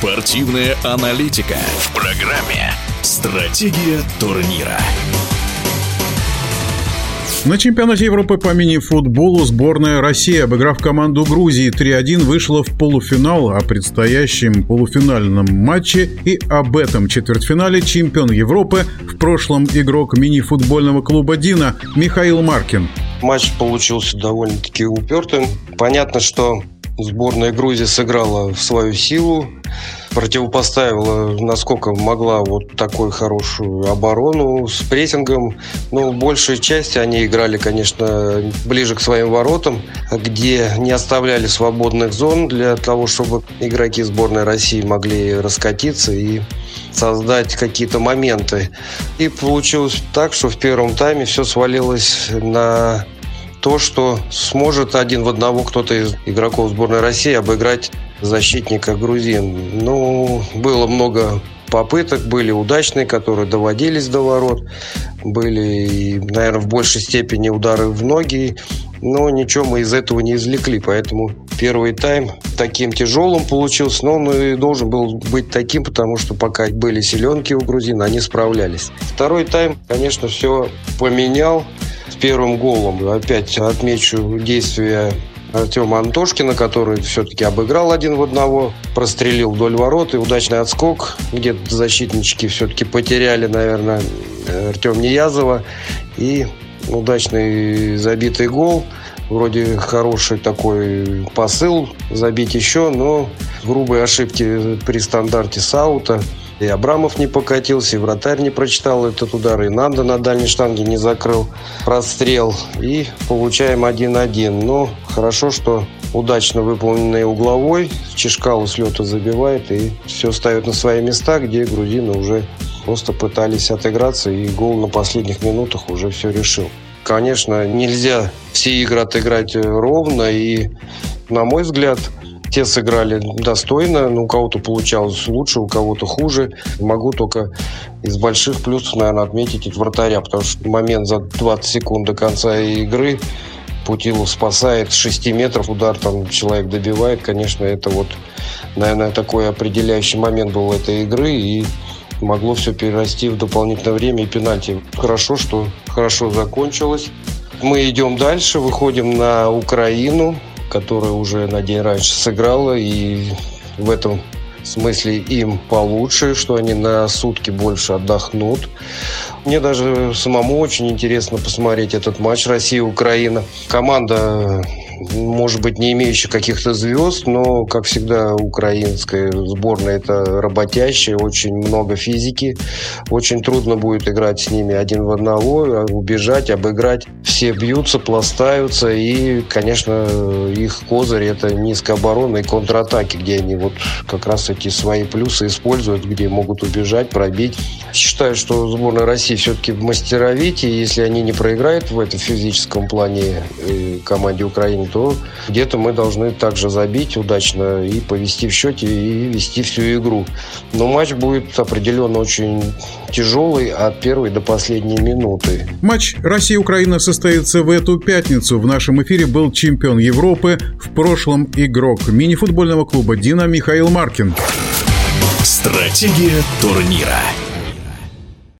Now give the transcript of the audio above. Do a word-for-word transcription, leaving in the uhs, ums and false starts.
Спортивная аналитика в программе «Стратегия турнира». На чемпионате Европы по мини-футболу сборная России, обыграв команду Грузии три один, вышла в полуфинал. О предстоящем полуфинальном матче и об этом четвертьфинале чемпион Европы, в прошлом игрок мини-футбольного клуба «Дино» Михаил Маркин. Матч получился довольно-таки упертым. Понятно, что сборная Грузии сыграла в свою силу, противопоставила, насколько могла, вот такую хорошую оборону с прессингом. Но в большей части они играли, конечно, ближе к своим воротам, где не оставляли свободных зон для того, чтобы игроки сборной России могли раскатиться и создать какие-то моменты. И получилось так, что в первом тайме все свалилось на то, что сможет один в одного кто-то из игроков сборной России обыграть защитника грузин. Ну, было много попыток, были удачные, которые доводились до ворот, были, наверное, в большей степени удары в ноги, но ничего мы из этого не извлекли, поэтому первый тайм таким тяжелым получился, но он и должен был быть таким, потому что пока были силенки у грузин, они справлялись. Второй тайм, конечно, все поменял с первым голом. Опять отмечу действия Артема Антошкина, который все-таки обыграл один в одного, прострелил вдоль ворот, и удачный отскок, где защитнички все-таки потеряли, наверное, Артема Ниязова, и удачный забитый гол. Вроде хороший такой посыл забить еще, но грубые ошибки при стандарте с аута. И Абрамов не покатился, и вратарь не прочитал этот удар, и Нанда на дальней штанге не закрыл прострел. И получаем один один. Но хорошо, что удачно выполненный угловой. Чешкалу с лета забивает, и все ставит на свои места, где грузины уже просто пытались отыграться, и гол на последних минутах уже все решил. Конечно, нельзя все игры отыграть ровно, и, на мой взгляд, те сыграли достойно, но у кого-то получалось лучше, у кого-то хуже. Могу только из больших плюсов, наверное, отметить от вратаря, потому что момент за двадцать секунд до конца игры Путилов спасает с шести метров, удар там человек добивает. Конечно, это вот, наверное, такой определяющий момент был этой игры, и могло все перерасти в дополнительное время и пенальти. Хорошо, что хорошо закончилось. Мы идем дальше, выходим на Украину, которая уже на день раньше сыграла, и в этом смысле им получше, что они на сутки больше отдохнут. Мне даже самому очень интересно посмотреть этот матч Россия-Украина. Команда, может быть, не имеющая каких-то звезд, но, как всегда, украинская сборная – это работящая, очень много физики. Очень трудно будет играть с ними один в одного, убежать, обыграть. Все бьются, пластаются, и, конечно, их козырь – это низкая оборона и контратаки, где они вот как раз эти свои плюсы используют, где могут убежать, пробить. Считаю, что сборная России все-таки в мастеровитии. Если они не проиграют в этом физическом плане команде Украины, то где-то мы должны также забить удачно и повести в счете, и вести всю игру. Но матч будет определенно очень тяжелый от первой до последней минуты. Матч Россия-Украина состоится в эту пятницу. В нашем эфире был чемпион Европы, в прошлом игрок мини-футбольного клуба «Дино» Михаил Маркин. Стратегия турнира.